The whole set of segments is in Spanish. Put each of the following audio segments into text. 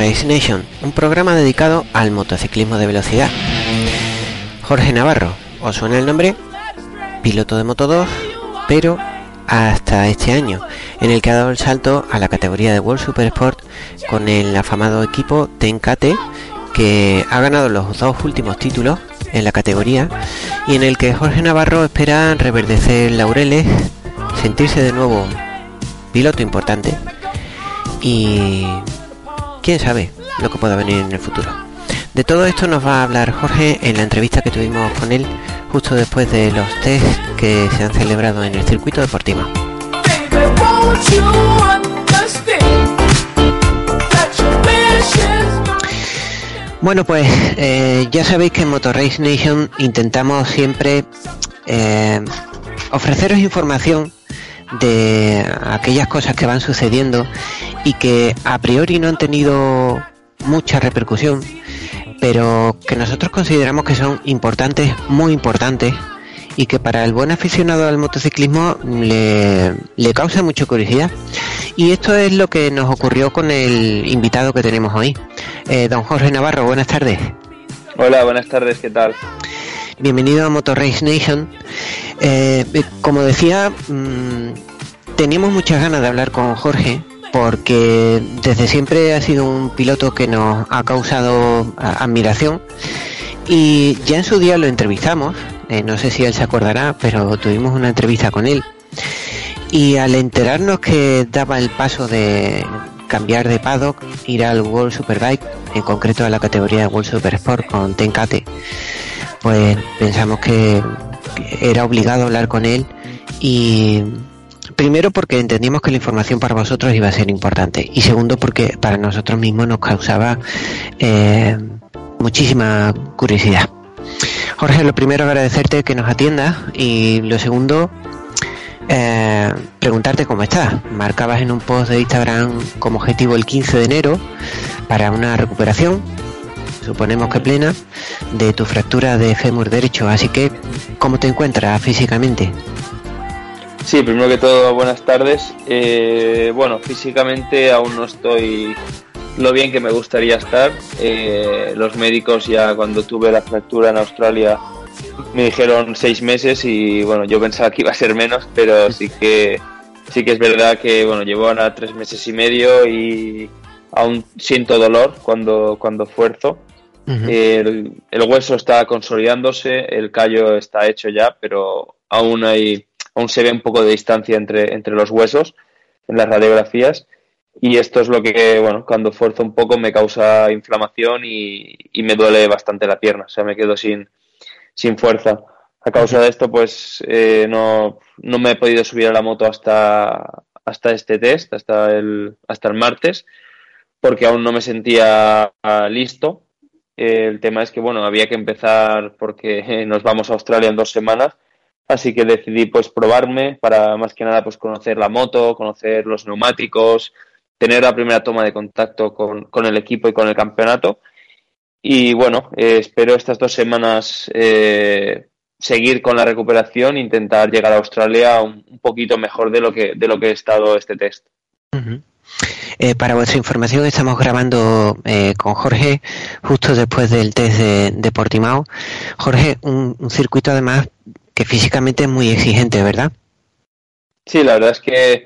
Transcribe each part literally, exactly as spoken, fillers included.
Race Nation, un programa dedicado al motociclismo de velocidad. Jorge Navarro, ¿os suena el nombre? Piloto de Moto dos, pero hasta este año, en el que ha dado el salto a la categoría de World Super Sport con el afamado equipo Ten K T, que ha ganado los dos últimos títulos en la categoría y en el que Jorge Navarro espera reverdecer laureles, sentirse de nuevo piloto importante y quién sabe lo que pueda venir en el futuro. De todo esto nos va a hablar Jorge en la entrevista que tuvimos con él justo después de los test que se han celebrado en el circuito de Portimao. Bueno, pues eh, ya sabéis que en Motor Race Nation intentamos siempre eh, ofreceros información de aquellas cosas que van sucediendo y que a priori no han tenido mucha repercusión, pero que nosotros consideramos que son importantes, muy importantes, y que para el buen aficionado al motociclismo le, le causa mucha curiosidad. Y esto es lo que nos ocurrió con el invitado que tenemos hoy, eh, don Jorge Navarro. Buenas tardes. Hola, buenas tardes, ¿qué tal? Bienvenido a Motor Race Nation. Eh, como decía, mmm, teníamos muchas ganas de hablar con Jorge, porque desde siempre ha sido un piloto que nos ha causado a, admiración, y ya en su día lo entrevistamos, eh, no sé si él se acordará, pero tuvimos una entrevista con él, y al enterarnos que daba el paso de cambiar de paddock, ir al World Superbike, en concreto a la categoría de World Super Sport con Ten K T, pues pensamos que era obligado hablar con él, y primero porque entendíamos que la información para vosotros iba a ser importante, y segundo porque para nosotros mismos nos causaba eh, muchísima curiosidad. Jorge, lo primero agradecerte que nos atiendas, y lo segundo eh, preguntarte cómo estás. Marcabas en un post de Instagram como objetivo el quince de enero para una recuperación, suponemos que plena, de tu fractura de fémur derecho, así que ¿cómo te encuentras físicamente? Sí, primero que todo, buenas tardes. Eh, bueno, físicamente aún no estoy lo bien que me gustaría estar. Eh, los médicos, ya cuando tuve la fractura en Australia, me dijeron seis meses y bueno, yo pensaba que iba a ser menos, pero sí que sí que es verdad que bueno, llevo ahora tres meses y medio y aún siento dolor cuando cuando fuerzo. Uh-huh. El, el hueso está consolidándose, el callo está hecho ya, pero aún hay aún se ve un poco de distancia entre, entre los huesos en las radiografías, y esto es lo que, bueno, cuando fuerzo un poco me causa inflamación y, y me duele bastante la pierna, o sea, me quedo sin, sin fuerza. A causa de esto, pues eh, no, no me he podido subir a la moto hasta, hasta este test, hasta el, hasta el martes, porque aún no me sentía listo. Eh, el tema es que, bueno, había que empezar porque nos vamos a Australia en dos semanas. Así que decidí pues probarme para más que nada pues conocer la moto, conocer los neumáticos, tener la primera toma de contacto con, con el equipo y con el campeonato. Y bueno, eh, espero estas dos semanas eh, seguir con la recuperación e intentar llegar a Australia un, un poquito mejor de lo que de lo que he estado este test. Uh-huh. Eh, para vuestra información, estamos grabando eh, con Jorge justo después del test de, de Portimao. Jorge, un, un circuito además que físicamente es muy exigente, ¿verdad? Sí, la verdad es que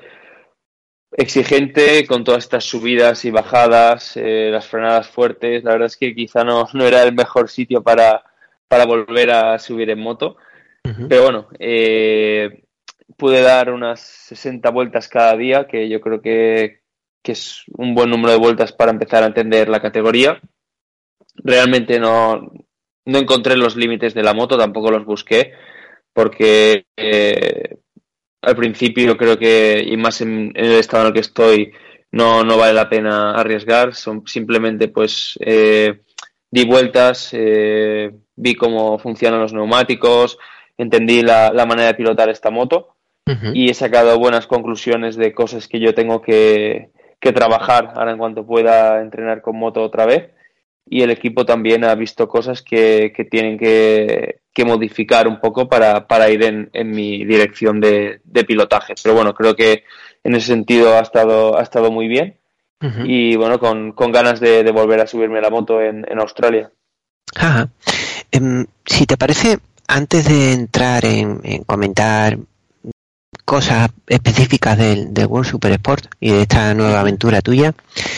exigente con todas estas subidas y bajadas, eh, las frenadas fuertes. La verdad es que quizá no, no era el mejor sitio para, para volver a subir en moto. Uh-huh. Pero bueno, eh, pude dar unas sesenta vueltas cada día, que yo creo que, que es un buen número de vueltas para empezar a entender la categoría. Realmente no, no encontré los límites de la moto, tampoco los busqué, porque eh, al principio creo que, y más en, en el estado en el que estoy, no, no vale la pena arriesgar. Son simplemente pues eh, di vueltas, eh, vi cómo funcionan los neumáticos, entendí la, la manera de pilotar esta moto. Uh-huh. Y he sacado buenas conclusiones de cosas que yo tengo que, que trabajar ahora en cuanto pueda entrenar con moto otra vez. Y el equipo también ha visto cosas que, que tienen que, que modificar un poco para, para ir en, en mi dirección de, de pilotaje. Pero bueno, creo que en ese sentido ha estado, ha estado muy bien. Uh-huh. Y bueno, con, con ganas de, de volver a subirme la moto en, en Australia. Ajá. Um, si te parece, antes de entrar en, en comentar cosas específicas del, del World Super Sport y de esta nueva uh-huh. aventura tuya,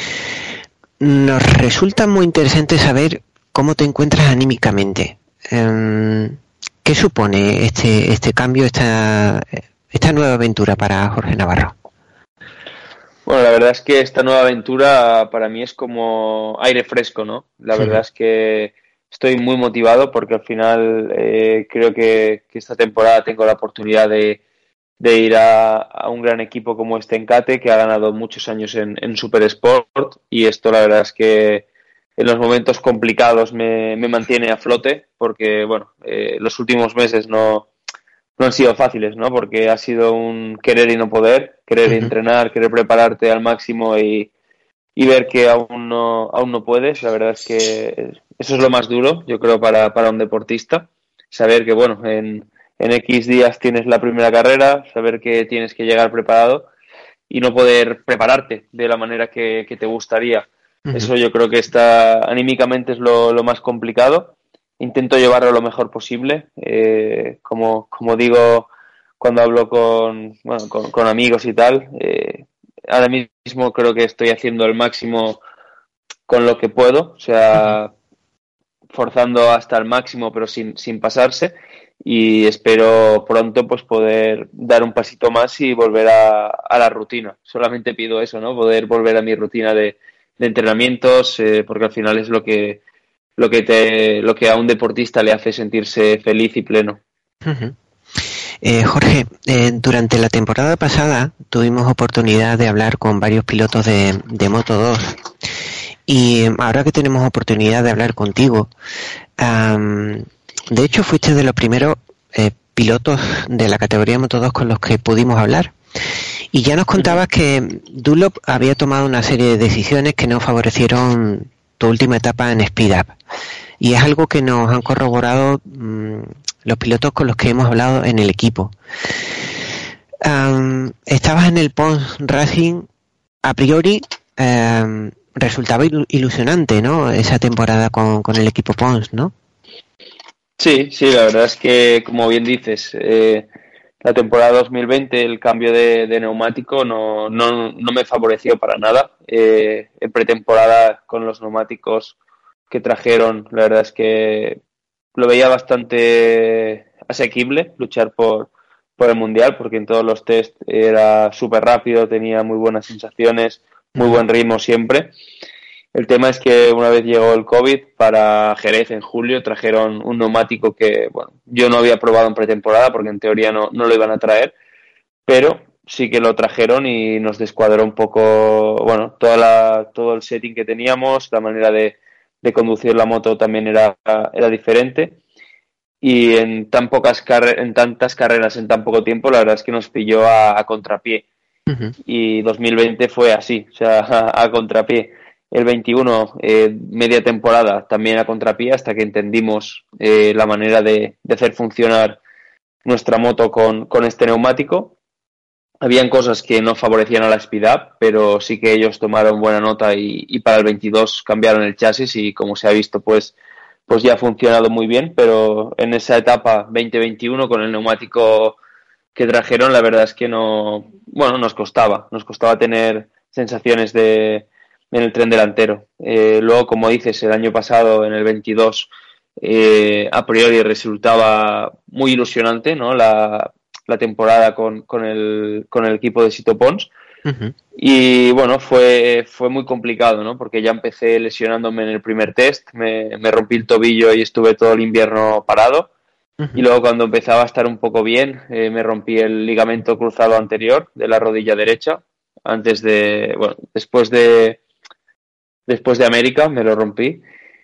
nos resulta muy interesante saber cómo te encuentras anímicamente. Um, ¿Qué supone este este cambio, esta esta nueva aventura para Jorge Navarro? Bueno, la verdad es que esta nueva aventura para mí es como aire fresco, ¿no? La sí. verdad es que estoy muy motivado porque al final eh, creo que, que esta temporada tengo la oportunidad de, de ir a, a un gran equipo como este Encate, que ha ganado muchos años en, en Super Sport, y esto la verdad es que en los momentos complicados me, me mantiene a flote porque, bueno, eh, los últimos meses no... no han sido fáciles, ¿no? Porque ha sido un querer y no poder, querer uh-huh. entrenar, querer prepararte al máximo y, y ver que aún no, aún no puedes. La verdad es que eso es lo más duro, yo creo, para, para un deportista. Saber que, bueno, en, en X días tienes la primera carrera, saber que tienes que llegar preparado y no poder prepararte de la manera que, que te gustaría. Uh-huh. Eso yo creo que está anímicamente es lo, lo más complicado. Intento llevarlo lo mejor posible. Eh, como, como digo cuando hablo con, bueno, con, con amigos y tal, eh, ahora mismo creo que estoy haciendo el máximo con lo que puedo, o sea, uh-huh. forzando hasta el máximo pero sin, sin pasarse, y espero pronto pues poder dar un pasito más y volver a, a la rutina. Solamente pido eso, ¿no? Poder volver a mi rutina de, de entrenamientos, eh, porque al final es lo que lo que te lo que a un deportista le hace sentirse feliz y pleno. Uh-huh. eh, Jorge, eh, durante la temporada pasada tuvimos oportunidad de hablar con varios pilotos de, de Moto dos, y ahora que tenemos oportunidad de hablar contigo, um, de hecho fuiste de los primeros eh, pilotos de la categoría Moto dos con los que pudimos hablar, y ya nos contabas uh-huh. que Dunlop había tomado una serie de decisiones que no favorecieron tu última etapa en Speed Up, y es algo que nos han corroborado mmm, los pilotos con los que hemos hablado en el equipo. Um, estabas en el Pons Racing, a priori um, resultaba ilusionante, ¿no? Esa temporada con, con el equipo Pons, ¿no? Sí, sí, la verdad es que, como bien dices, eh, la temporada dos mil veinte, el cambio de, de neumático no, no, no me favoreció para nada. Eh, en pretemporada, con los neumáticos que trajeron, la verdad es que lo veía bastante asequible luchar por, por el Mundial, porque en todos los test era súper rápido, tenía muy buenas sensaciones, muy buen ritmo siempre. El tema es que una vez llegó el COVID, para Jerez en julio trajeron un neumático que, bueno, yo no había probado en pretemporada porque en teoría no, no lo iban a traer, pero sí que lo trajeron y nos descuadró un poco, bueno, toda la, todo el setting que teníamos, la manera de, de conducir la moto también era, era diferente, y en tan pocas carre- en tantas carreras en tan poco tiempo, la verdad es que nos pilló a, a contrapié. Uh-huh. Y dos mil veinte fue así, o sea, a, a contrapié. El veintiuno, eh, media temporada, también a contrapié, hasta que entendimos eh, la manera de, de hacer funcionar nuestra moto con, con este neumático. Habían cosas que no favorecían a la Speed Up, pero sí que ellos tomaron buena nota y, y para el veintidós cambiaron el chasis y, como se ha visto, pues, pues ya ha funcionado muy bien. Pero en esa etapa veinte veintiuno, con el neumático que trajeron, la verdad es que no, bueno, nos costaba, nos costaba tener sensaciones de en el tren delantero. Eh, luego, como dices, el año pasado, en el veintidós, eh, a priori resultaba muy ilusionante, ¿no? La, la temporada con, con, el, con el equipo de Sito Pons. Uh-huh. Y bueno, fue, fue muy complicado, ¿no? Porque ya empecé lesionándome en el primer test, me, me rompí el tobillo y estuve todo el invierno parado. Uh-huh. Y luego, cuando empezaba a estar un poco bien, eh, me rompí el ligamento cruzado anterior de la rodilla derecha. Antes de, bueno, después de después de América me lo rompí.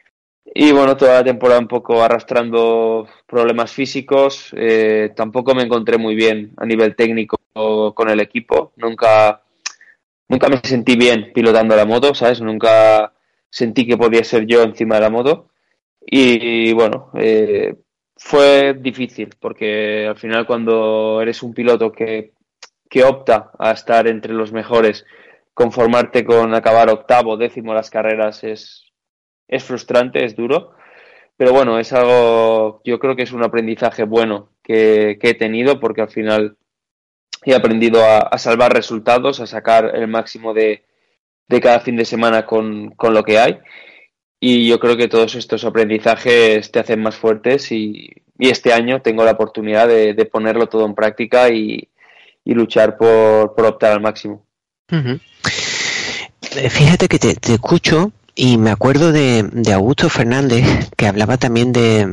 Y bueno, toda la temporada un poco arrastrando problemas físicos. Eh, tampoco me encontré muy bien a nivel técnico con el equipo. Nunca, nunca me sentí bien pilotando la moto, ¿sabes? Nunca sentí que podía ser yo encima de la moto. Y, y bueno, eh, fue difícil porque al final, cuando eres un piloto que, que opta a estar entre los mejores, conformarte con acabar octavo, décimo las carreras es, es frustrante, es duro. Pero bueno, es algo, yo creo que es un aprendizaje bueno que, que he tenido, porque al final he aprendido a, a salvar resultados, a sacar el máximo de, de cada fin de semana con, con lo que hay. Y yo creo que todos estos aprendizajes te hacen más fuertes y, y este año tengo la oportunidad de, de ponerlo todo en práctica y, y luchar por, por optar al máximo. Uh-huh. Fíjate que te, te escucho y me acuerdo de, de Augusto Fernández, que hablaba también de,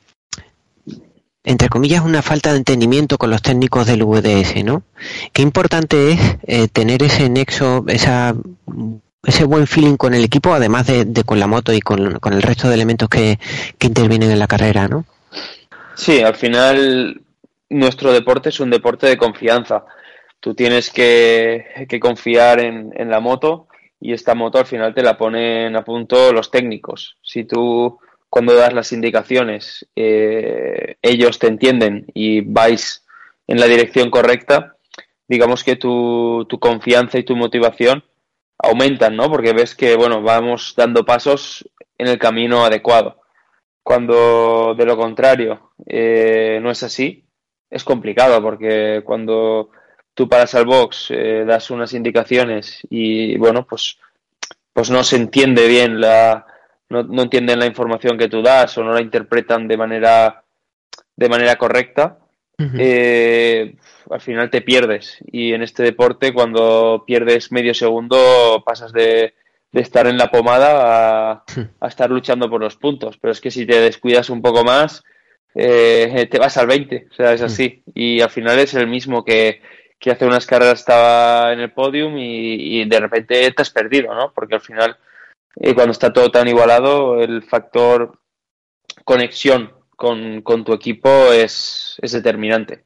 entre comillas, una falta de entendimiento con los técnicos del V D S, ¿no? Qué importante es eh, tener ese nexo, esa, ese buen feeling con el equipo, además de, de con la moto y con, con el resto de elementos que, que intervienen en la carrera, ¿no? Sí, al final nuestro deporte es un deporte de confianza. Tú tienes que, que confiar en, en la moto, y esta moto al final te la ponen a punto los técnicos. Si tú, cuando das las indicaciones, eh, ellos te entienden y vais en la dirección correcta, digamos que tu, tu confianza y tu motivación aumentan, ¿no? Porque ves que, bueno, vamos dando pasos en el camino adecuado. Cuando de lo contrario eh, no es así, es complicado, porque cuando tú paras al box, eh, das unas indicaciones y bueno, pues, pues no se entiende bien la, no, no entienden la información que tú das o no la interpretan de manera, de manera correcta, Uh-huh. eh, al final te pierdes. Y en este deporte, cuando pierdes medio segundo, pasas de, de estar en la pomada a, a estar luchando por los puntos. Pero es que si te descuidas un poco más, eh, te vas al veinte, o sea, es así. Y al final es el mismo que, que hace unas carreras estaba en el podium y, y de repente te has perdido, ¿no? Porque al final, eh, cuando está todo tan igualado, el factor conexión con, con tu equipo es, es determinante.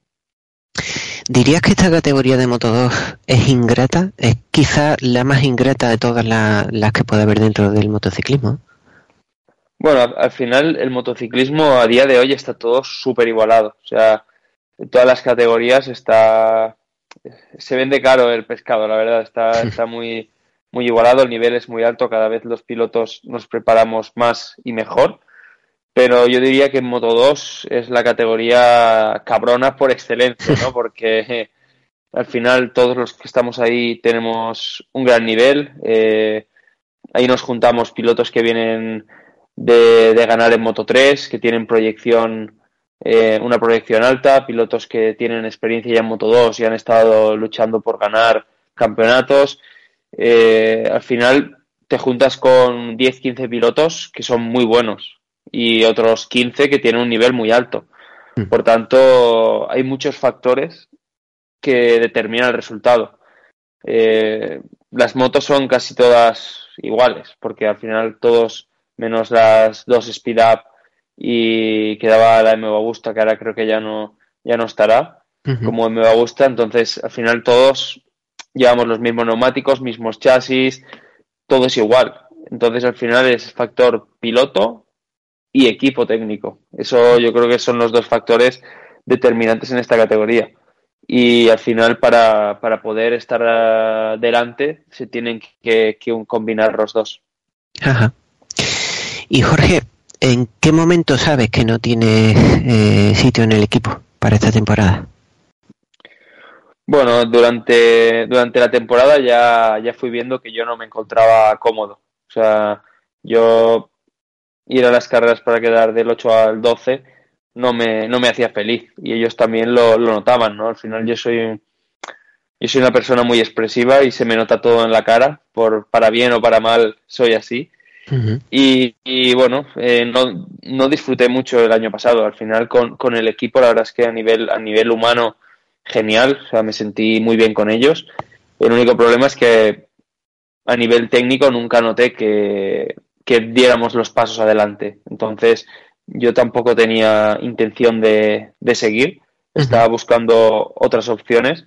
¿Dirías que esta categoría de Moto dos es ingrata? ¿Es quizá la más ingrata de todas la, las que puede haber dentro del motociclismo? Bueno, al, al final el motociclismo a día de hoy está todo súper igualado. O sea, en todas las categorías está... Se vende caro el pescado, la verdad. Está, está muy, muy igualado, el nivel es muy alto. Cada vez los pilotos nos preparamos más y mejor. Pero yo diría que en Moto dos es la categoría cabrona por excelencia, ¿no? Porque eh, al final todos los que estamos ahí tenemos un gran nivel. Eh, ahí nos juntamos pilotos que vienen de, de ganar en Moto tres, que tienen proyección, eh, una proyección alta, pilotos que tienen experiencia ya en Moto dos y han estado luchando por ganar campeonatos. Eh, al final te juntas con diez quince pilotos que son muy buenos y otros quince que tienen un nivel muy alto. Por tanto, hay muchos factores que determinan el resultado. Eh, las motos son casi todas iguales, porque al final todos, menos las dos Speed Up y quedaba la M V Agusta, que ahora creo que ya no, ya no estará Uh-huh. como M V Agusta, entonces al final todos llevamos los mismos neumáticos, mismos chasis, todo es igual. Entonces al final es factor piloto y equipo técnico. Eso yo creo que son los dos factores determinantes en esta categoría. Y al final para, para poder estar uh, delante se tienen que, que combinar los dos. Ajá. Y Jorge, ¿en qué momento sabes que no tienes eh, sitio en el equipo para esta temporada? Bueno, durante, durante la temporada ya, ya fui viendo que yo no me encontraba cómodo. O sea, yo ir a las carreras para quedar del ocho al doce no me, no me hacía feliz. Y ellos también lo, lo notaban, ¿no? Al final yo soy, yo soy una persona muy expresiva y se me nota todo en la cara. Por, para bien o para mal, soy así. Uh-huh. Y, y bueno, eh, no, no disfruté mucho el año pasado. Al final con, con el equipo, la verdad es que a nivel, a nivel humano, genial. O sea, me sentí muy bien con ellos. El único problema es que a nivel técnico nunca noté que, que diéramos los pasos adelante. Entonces, yo tampoco tenía intención de, de seguir. Estaba uh-huh. buscando otras opciones.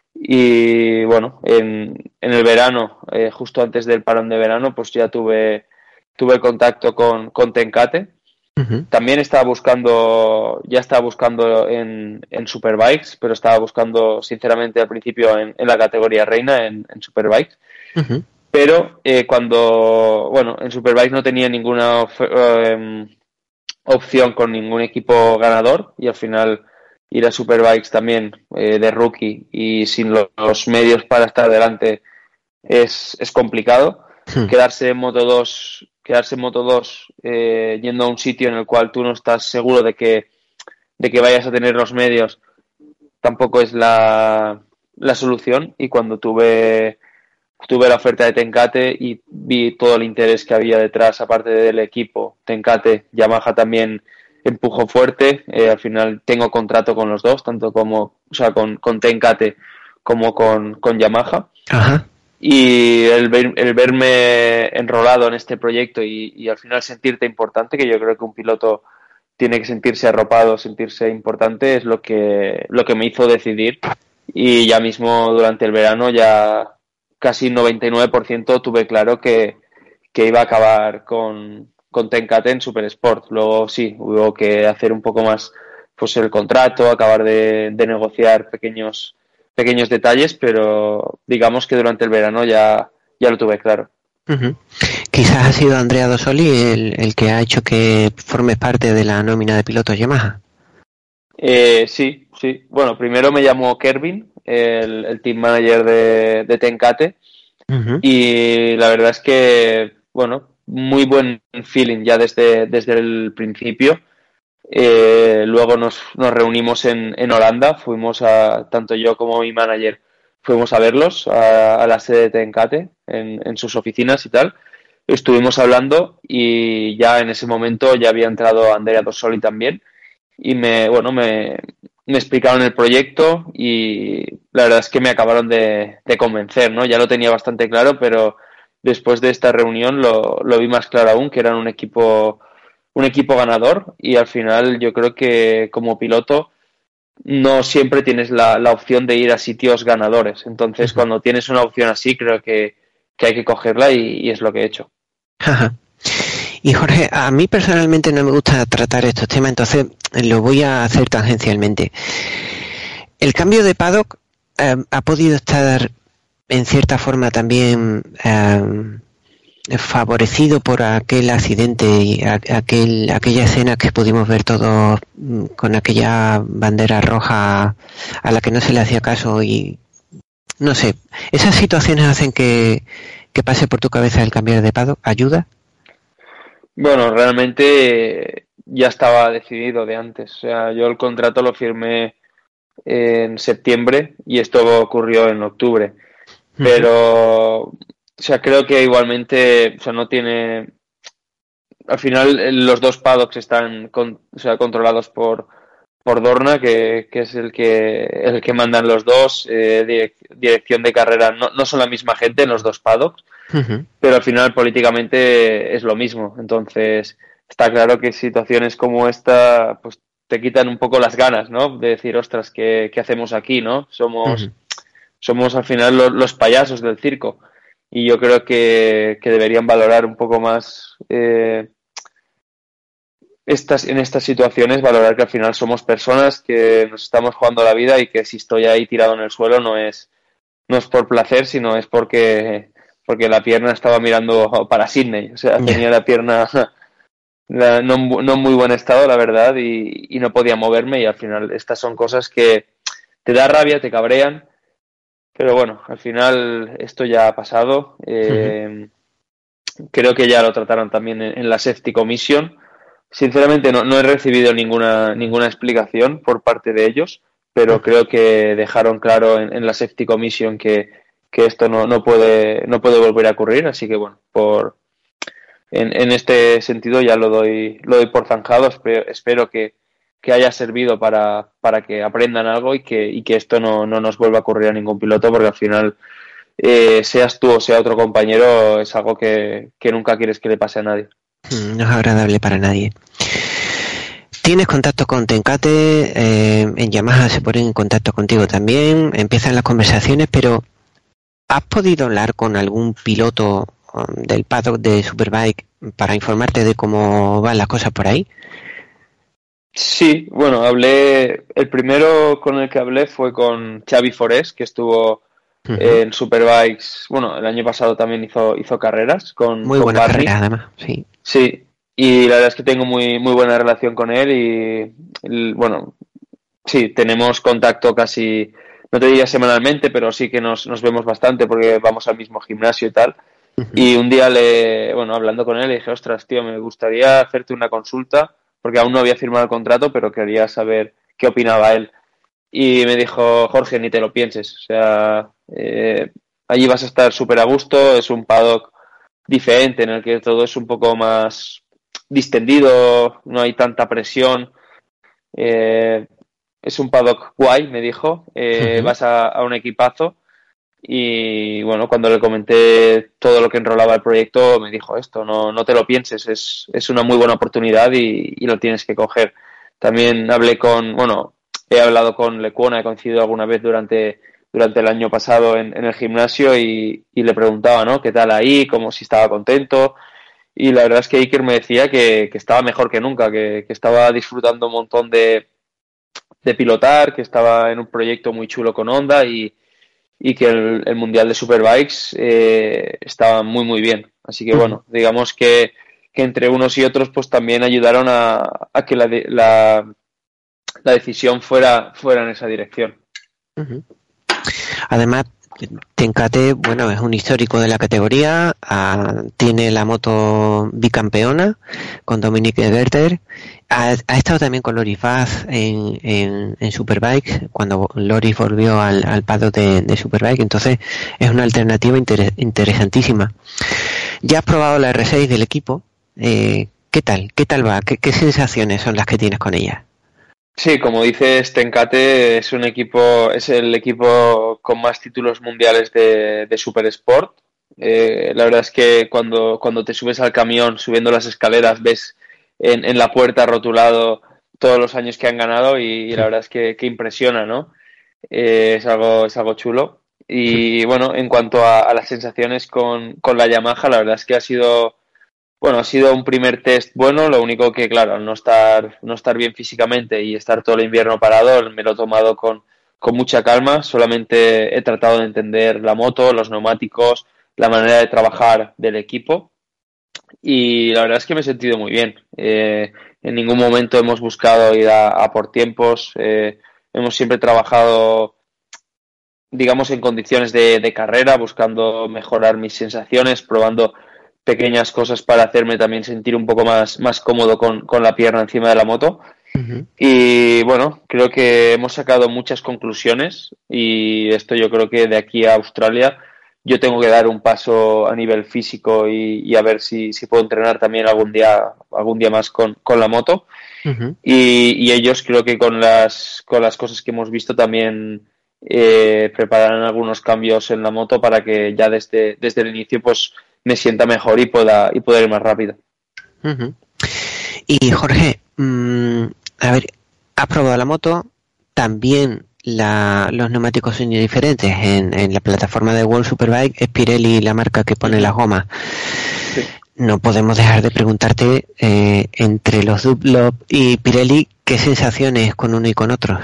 Y bueno, en, en el verano, eh, justo antes del parón de verano, pues ya tuve, tuve contacto con, con Tenkate Uh-huh. También estaba buscando, ya estaba buscando en, en Superbikes, pero estaba buscando sinceramente al principio en, en la categoría reina, en, en Superbikes. Uh-huh. Pero eh, cuando, bueno, en Superbikes no tenía ninguna eh, opción con ningún equipo ganador y al final ir a Superbikes también eh, de rookie y sin los, los medios para estar delante es, es complicado. Hmm. Quedarse en Moto dos, quedarse en Moto dos eh, yendo a un sitio en el cual tú no estás seguro de que, de que vayas a tener los medios tampoco es la, la solución. Y cuando tuve tuve la oferta de Tenkate y vi todo el interés que había detrás, aparte del equipo, Tenkate, Yamaha también empujó fuerte. Eh, al final tengo contrato con los dos, tanto como, o sea, con, con Tenkate como con, con Yamaha. Ajá. Y el, ver, el verme enrolado en este proyecto y, y al final sentirte importante, que yo creo que un piloto tiene que sentirse arropado, sentirse importante, es lo que, lo que me hizo decidir. Y ya mismo durante el verano ya casi noventa y nueve por ciento tuve claro que, que iba a acabar con, con Tenkate en Super Sport. Luego sí, hubo que hacer un poco más pues el contrato, acabar de, de negociar pequeños pequeños detalles, pero digamos que durante el verano ya, ya lo tuve claro. Uh-huh. Quizás ha sido Andrea Dosoli el, el que ha hecho que formes parte de la nómina de pilotos Yamaha. Eh, sí, sí. Bueno, primero me llamó Kervin, el, el team manager de, de Tenkate, uh-huh. Y la verdad es que, bueno, muy buen feeling ya desde, desde el principio. Eh, luego nos, nos reunimos en, en Holanda, fuimos a, tanto yo como mi manager, fuimos a verlos a, a la sede de Tenkate, en, en sus oficinas y tal. Estuvimos hablando y ya en ese momento ya había entrado Andrea Dosoli también. Y me, bueno, me, me explicaron el proyecto y la verdad es que me acabaron de, de convencer, ¿no? Ya lo tenía bastante claro, pero después de esta reunión lo, lo vi más claro aún, que eran un equipo, un equipo ganador y al final yo creo que como piloto no siempre tienes la, la opción de ir a sitios ganadores. Entonces, uh-huh. Cuando tienes una opción así, creo que, que hay que cogerla y, y es lo que he hecho. Ajá. Y Jorge, a mí personalmente no me gusta tratar estos temas, entonces lo voy a hacer tangencialmente. El cambio de paddock eh, ha podido estar en cierta forma también eh, favorecido por aquel accidente y a, aquel, aquella escena que pudimos ver todos con aquella bandera roja a la que no se le hacía caso y no sé, ¿esas situaciones hacen que, que pase por tu cabeza el cambiar de paddock? ¿Ayuda? Bueno, realmente ya estaba decidido de antes. O sea, yo el contrato lo firmé en septiembre y esto ocurrió en octubre. Pero, o sea, creo que igualmente, o sea, no tiene... Al final los dos paddocks están con, o sea, controlados por, por Dorna, que, que es el que el que mandan los dos. Eh, direc- dirección de carrera no, no son la misma gente en los dos paddocks. Uh-huh. Pero al final políticamente es lo mismo, entonces está claro que situaciones como esta pues te quitan un poco las ganas, ¿no? De decir, ostras, ¿qué, qué hacemos aquí, no? Somos, uh-huh. somos al final los, los payasos del circo y yo creo que, que deberían valorar un poco más eh, estas, en estas situaciones, valorar que al final somos personas que nos estamos jugando la vida y que si estoy ahí tirado en el suelo no es, no es por placer, sino es porque porque la pierna estaba mirando para Sydney, o sea, tenía la pierna la, no, no en muy buen estado, la verdad, y, y no podía moverme y al final estas son cosas que te da rabia, te cabrean, pero bueno, al final esto ya ha pasado. Eh, uh-huh. Creo que ya lo trataron también en, en la Safety Commission. Sinceramente no, no he recibido ninguna, ninguna explicación por parte de ellos, pero uh-huh. Creo que dejaron claro en, en la Safety Commission que que esto no, no puede no puede volver a ocurrir, así que bueno, por en, en este sentido ya lo doy lo doy por zanjado. Espero, espero que, que haya servido para, para que aprendan algo y que, y que esto no, no nos vuelva a ocurrir a ningún piloto, porque al final eh, seas tú o sea otro compañero es algo que, que nunca quieres que le pase a nadie. No es agradable para nadie. ¿Tienes contacto con Tenkate? Eh, en Yamaha se ponen en contacto contigo también, empiezan las conversaciones, pero ¿has podido hablar con algún piloto del paddock de Superbike para informarte de cómo van las cosas por ahí? Sí, bueno, hablé, el primero con el que hablé fue con Xavi Forés, que estuvo Uh-huh. en Superbikes, bueno, el año pasado también hizo, hizo carreras con, Muy con buenas Barney. carreras, además, sí. Sí, y la verdad es que tengo muy, muy buena relación con él y, el- bueno, sí, tenemos contacto casi, no te diría semanalmente, pero sí que nos, nos vemos bastante porque vamos al mismo gimnasio y tal. Uh-huh. Y un día le, bueno, hablando con él, le dije, ostras, tío, me gustaría hacerte una consulta, porque aún no había firmado el contrato, pero quería saber qué opinaba él. Y me dijo, Jorge, ni te lo pienses, o sea, eh, allí vas a estar súper a gusto, es un paddock diferente en el que todo es un poco más distendido, no hay tanta presión, eh, es un paddock guay, me dijo, eh, Uh-huh. vas a, a un equipazo. Y bueno, cuando le comenté todo lo que enrolaba el proyecto, me dijo esto, no, no te lo pienses, es, es una muy buena oportunidad y, y lo tienes que coger. También hablé con, bueno, he hablado con Lecuona, he coincidido alguna vez durante, durante el año pasado en, en el gimnasio y, y le preguntaba, ¿no? ¿Qué tal ahí? Como si estaba contento. Y la verdad es que Iker me decía que, que estaba mejor que nunca, que, que estaba disfrutando un montón de, de pilotar, que estaba en un proyecto muy chulo con Honda y y que el, el Mundial de Superbikes eh, estaba muy muy bien. Así que Uh-huh. bueno, digamos que, que entre unos y otros pues también ayudaron a, a que la, de, la, la, decisión fuera, fuera en esa dirección. Uh-huh. Además, Tencate, bueno, es un histórico de la categoría, ah, tiene la moto bicampeona con Dominique Berter, ha, ha estado también con Loris Vaz en, en, en Superbike, cuando Loris volvió al, al paddock de, de Superbike, entonces es una alternativa inter, interesantísima. Ya has probado la R seis del equipo, eh, ¿qué tal? ¿Qué tal va? ¿Qué, qué sensaciones son las que tienes con ella? Sí, como dices, Tencate es un equipo, es el equipo con más títulos mundiales de, de Super Sport. Eh, la verdad es que cuando, cuando te subes al camión, subiendo las escaleras, ves en, en la puerta rotulado todos los años que han ganado y, y la verdad es que, que impresiona, ¿no? Eh, es algo, es algo chulo. Y bueno, en cuanto a, a las sensaciones con, con la Yamaha, la verdad es que ha sido bueno, ha sido un primer test bueno, lo único que, claro, al no estar, no estar bien físicamente y estar todo el invierno parado, me lo he tomado con, con mucha calma, solamente he tratado de entender la moto, los neumáticos, la manera de trabajar del equipo y la verdad es que me he sentido muy bien. Eh, en ningún momento hemos buscado ir a, a por tiempos, eh, hemos siempre trabajado, digamos, en condiciones de, de carrera, buscando mejorar mis sensaciones, probando pequeñas cosas para hacerme también sentir un poco más, más cómodo con, con la pierna encima de la moto. Uh-huh. Y bueno, creo que hemos sacado muchas conclusiones y esto yo creo que de aquí a Australia yo tengo que dar un paso a nivel físico y, y a ver si, si puedo entrenar también algún día, algún día más con, con la moto. Uh-huh. Y, y ellos creo que con las, con las cosas que hemos visto también eh, prepararán algunos cambios en la moto para que ya desde, desde el inicio pues me sienta mejor y pueda, y pueda ir más rápido. Uh-huh. Y Jorge, mmm, a ver, has probado la moto, también la, los neumáticos son diferentes. En, en la plataforma de World Superbike es Pirelli la marca que pone Uh-huh. las gomas. Sí. No podemos dejar de preguntarte eh, entre los Dunlop y Pirelli, ¿qué sensaciones con uno y con otro?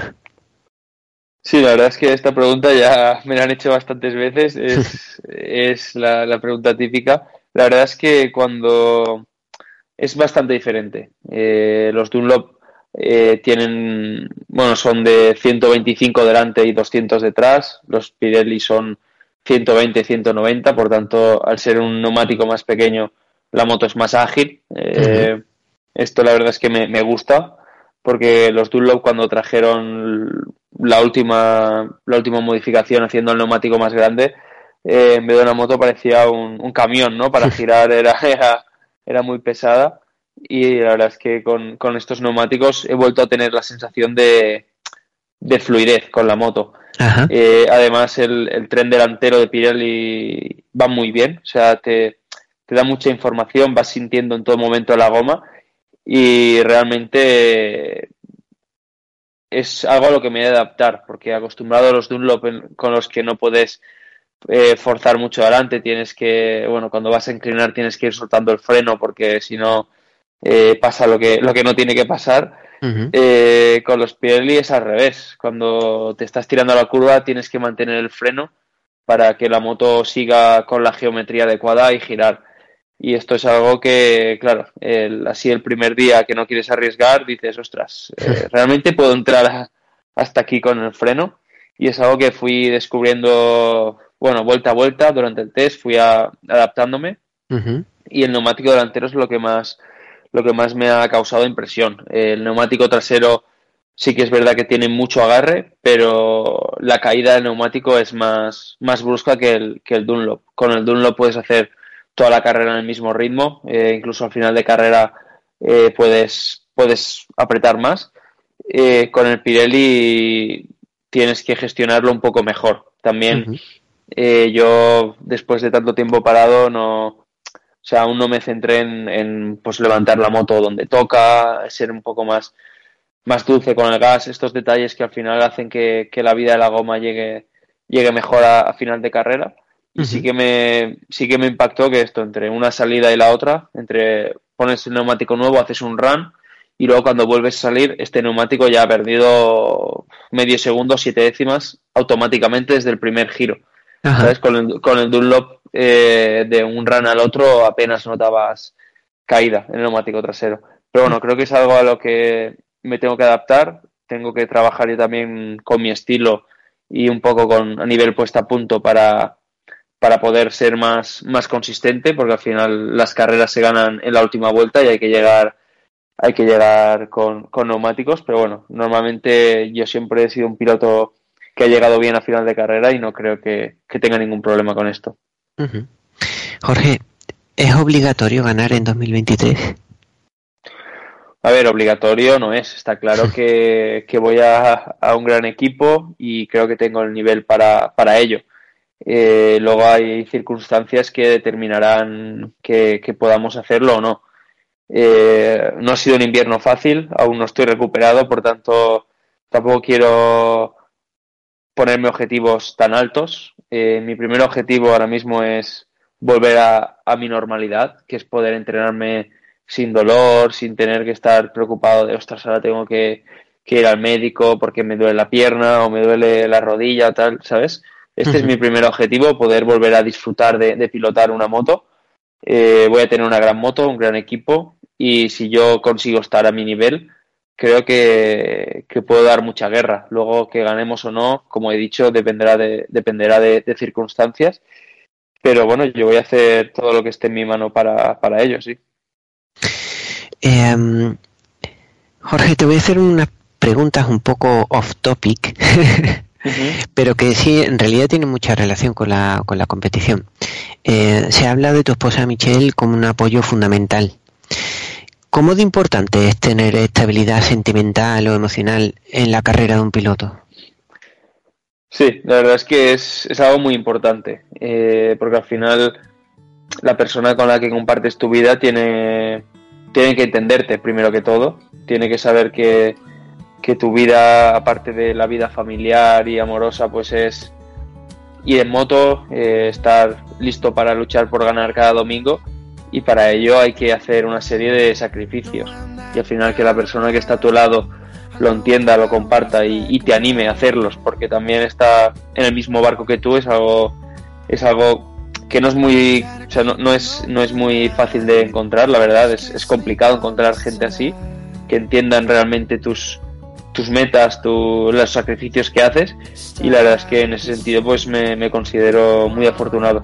Sí, la verdad es que esta pregunta ya me la han hecho bastantes veces, es, es la, la pregunta típica. La verdad es que cuando es bastante diferente. Eh, los Dunlop eh, tienen, bueno, son de ciento veinticinco delante y doscientos detrás. Los Pirelli son ciento veinte, ciento noventa, por tanto, al ser un neumático más pequeño, la moto es más ágil. Uh-huh. Eh, esto la verdad es que me, me gusta, porque los Dunlop cuando trajeron la última, la última modificación haciendo el neumático más grande, eh, en vez de una moto parecía un, un camión, ¿no? Para girar era, era, era muy pesada y la verdad es que con, con estos neumáticos he vuelto a tener la sensación de, de fluidez con la moto. Ajá. Eh, además, el, el tren delantero de Pirelli va muy bien, o sea, te, te da mucha información, vas sintiendo en todo momento la goma y realmente es algo a lo que me he de adaptar, porque acostumbrado a los Dunlop con los que no puedes eh, forzar mucho adelante, tienes que, bueno, cuando vas a inclinar tienes que ir soltando el freno porque si no eh, pasa lo que, lo que no tiene que pasar. Uh-huh. Eh, con los Pirelli es al revés, cuando te estás tirando a la curva tienes que mantener el freno para que la moto siga con la geometría adecuada y girar. Y esto es algo que, claro, el, así el primer día que no quieres arriesgar, dices, ostras, eh, ¿realmente puedo entrar a, hasta aquí con el freno? Y es algo que fui descubriendo, bueno, vuelta a vuelta durante el test, fui a, adaptándome. Uh-huh. Y el neumático delantero es lo que más, lo que más me ha causado impresión. El neumático trasero sí que es verdad que tiene mucho agarre, pero la caída del neumático es más, más brusca que el, que el Dunlop. Con el Dunlop puedes hacer toda la carrera en el mismo ritmo, eh, incluso al final de carrera eh, puedes, puedes apretar más. Eh, con el Pirelli tienes que gestionarlo un poco mejor. También uh-huh. eh, yo, después de tanto tiempo parado, no, o sea, aún no me centré en, en pues, levantar la moto donde toca, ser un poco más, más dulce con el gas, estos detalles que al final hacen que, que la vida de la goma llegue, llegue mejor a, a final de carrera. Y uh-huh. sí que me sí que me impactó que esto, entre una salida y la otra, entre pones el neumático nuevo, haces un run y luego cuando vuelves a salir, este neumático ya ha perdido medio segundo, siete décimas automáticamente desde el primer giro. Uh-huh. ¿Sabes? Con el, con el Dunlop eh, de un run al otro apenas notabas caída en el neumático trasero. Pero bueno, creo que es algo a lo que me tengo que adaptar, tengo que trabajar yo también con mi estilo y un poco con a nivel puesta a punto para para poder ser más, más consistente, porque al final las carreras se ganan en la última vuelta y hay que llegar hay que llegar con, con neumáticos, pero bueno, normalmente yo siempre he sido un piloto que ha llegado bien a final de carrera y no creo que, que tenga ningún problema con esto. Uh-huh. Jorge, ¿es obligatorio ganar en dos mil veintitrés? A ver, obligatorio no es, está claro que, que voy a, a un gran equipo y creo que tengo el nivel para, para ello. Eh, luego hay circunstancias que determinarán que, que podamos hacerlo o no. Eh, no ha sido un invierno fácil, aún no estoy recuperado, por tanto tampoco quiero ponerme objetivos tan altos. Eh, mi primer objetivo ahora mismo es volver a, a mi normalidad, que es poder entrenarme sin dolor, sin tener que estar preocupado de, ostras, ahora tengo que, que ir al médico porque me duele la pierna o me duele la rodilla, tal, ¿sabes? Este uh-huh. es mi primer objetivo, poder volver a disfrutar de, de pilotar una moto. Eh, voy a tener una gran moto, un gran equipo, y si yo consigo estar a mi nivel, creo que, que puedo dar mucha guerra. Luego, que ganemos o no, como he dicho, dependerá de, dependerá de, de circunstancias. Pero bueno, yo voy a hacer todo lo que esté en mi mano para, para ello, sí. Eh, Jorge, te voy a hacer unas preguntas un poco off topic. Uh-huh. Pero que sí, en realidad tiene mucha relación con la con la competición. Eh, se habla de tu esposa Michelle como un apoyo fundamental. ¿Cómo de importante es tener estabilidad sentimental o emocional en la carrera de un piloto? Sí, la verdad es que es, es algo muy importante, eh, porque al final la persona con la que compartes tu vida tiene, tiene que entenderte primero que todo, tiene que saber que que tu vida, aparte de la vida familiar y amorosa, pues es ir en moto, eh, estar listo para luchar por ganar cada domingo, y para ello hay que hacer una serie de sacrificios, y al final que la persona que está a tu lado lo entienda, lo comparta y, y te anime a hacerlos, porque también está en el mismo barco que tú, es algo es algo que no es muy o sea, no, no es no es muy fácil de encontrar, la verdad, es, es complicado encontrar gente así, que entiendan realmente tus tus metas, tu, los sacrificios que haces, y la verdad es que en ese sentido pues me, me considero muy afortunado.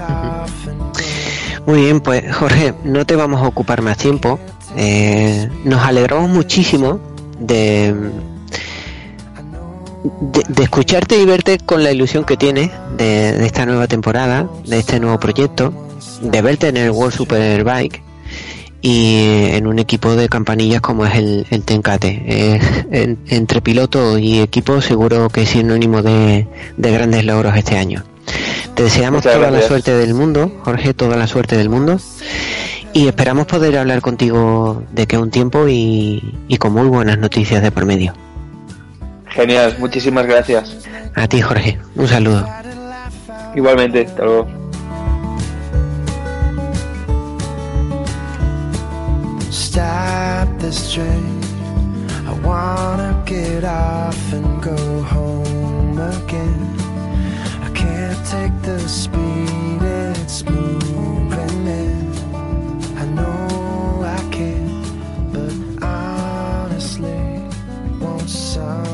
Muy bien, pues Jorge, no te vamos a ocupar más tiempo. Eh, nos alegramos muchísimo de, de, de escucharte y verte con la ilusión que tienes de, de esta nueva temporada, de este nuevo proyecto, de verte en el World Superbike y en un equipo de campanillas como es el, el Tenkate. Eh, en, entre piloto y equipo seguro que es sinónimo de, de grandes logros este año. Te deseamos Muchas toda gracias. La suerte del mundo, Jorge, toda la suerte del mundo, y esperamos poder hablar contigo de que un tiempo y, y con muy buenas noticias de por medio. Genial, muchísimas gracias. A ti, Jorge, un saludo. Igualmente, hasta luego. Stop this train. I wanna get off and go home again. I can't take the speed it's moving in. I know I can, but honestly, won't some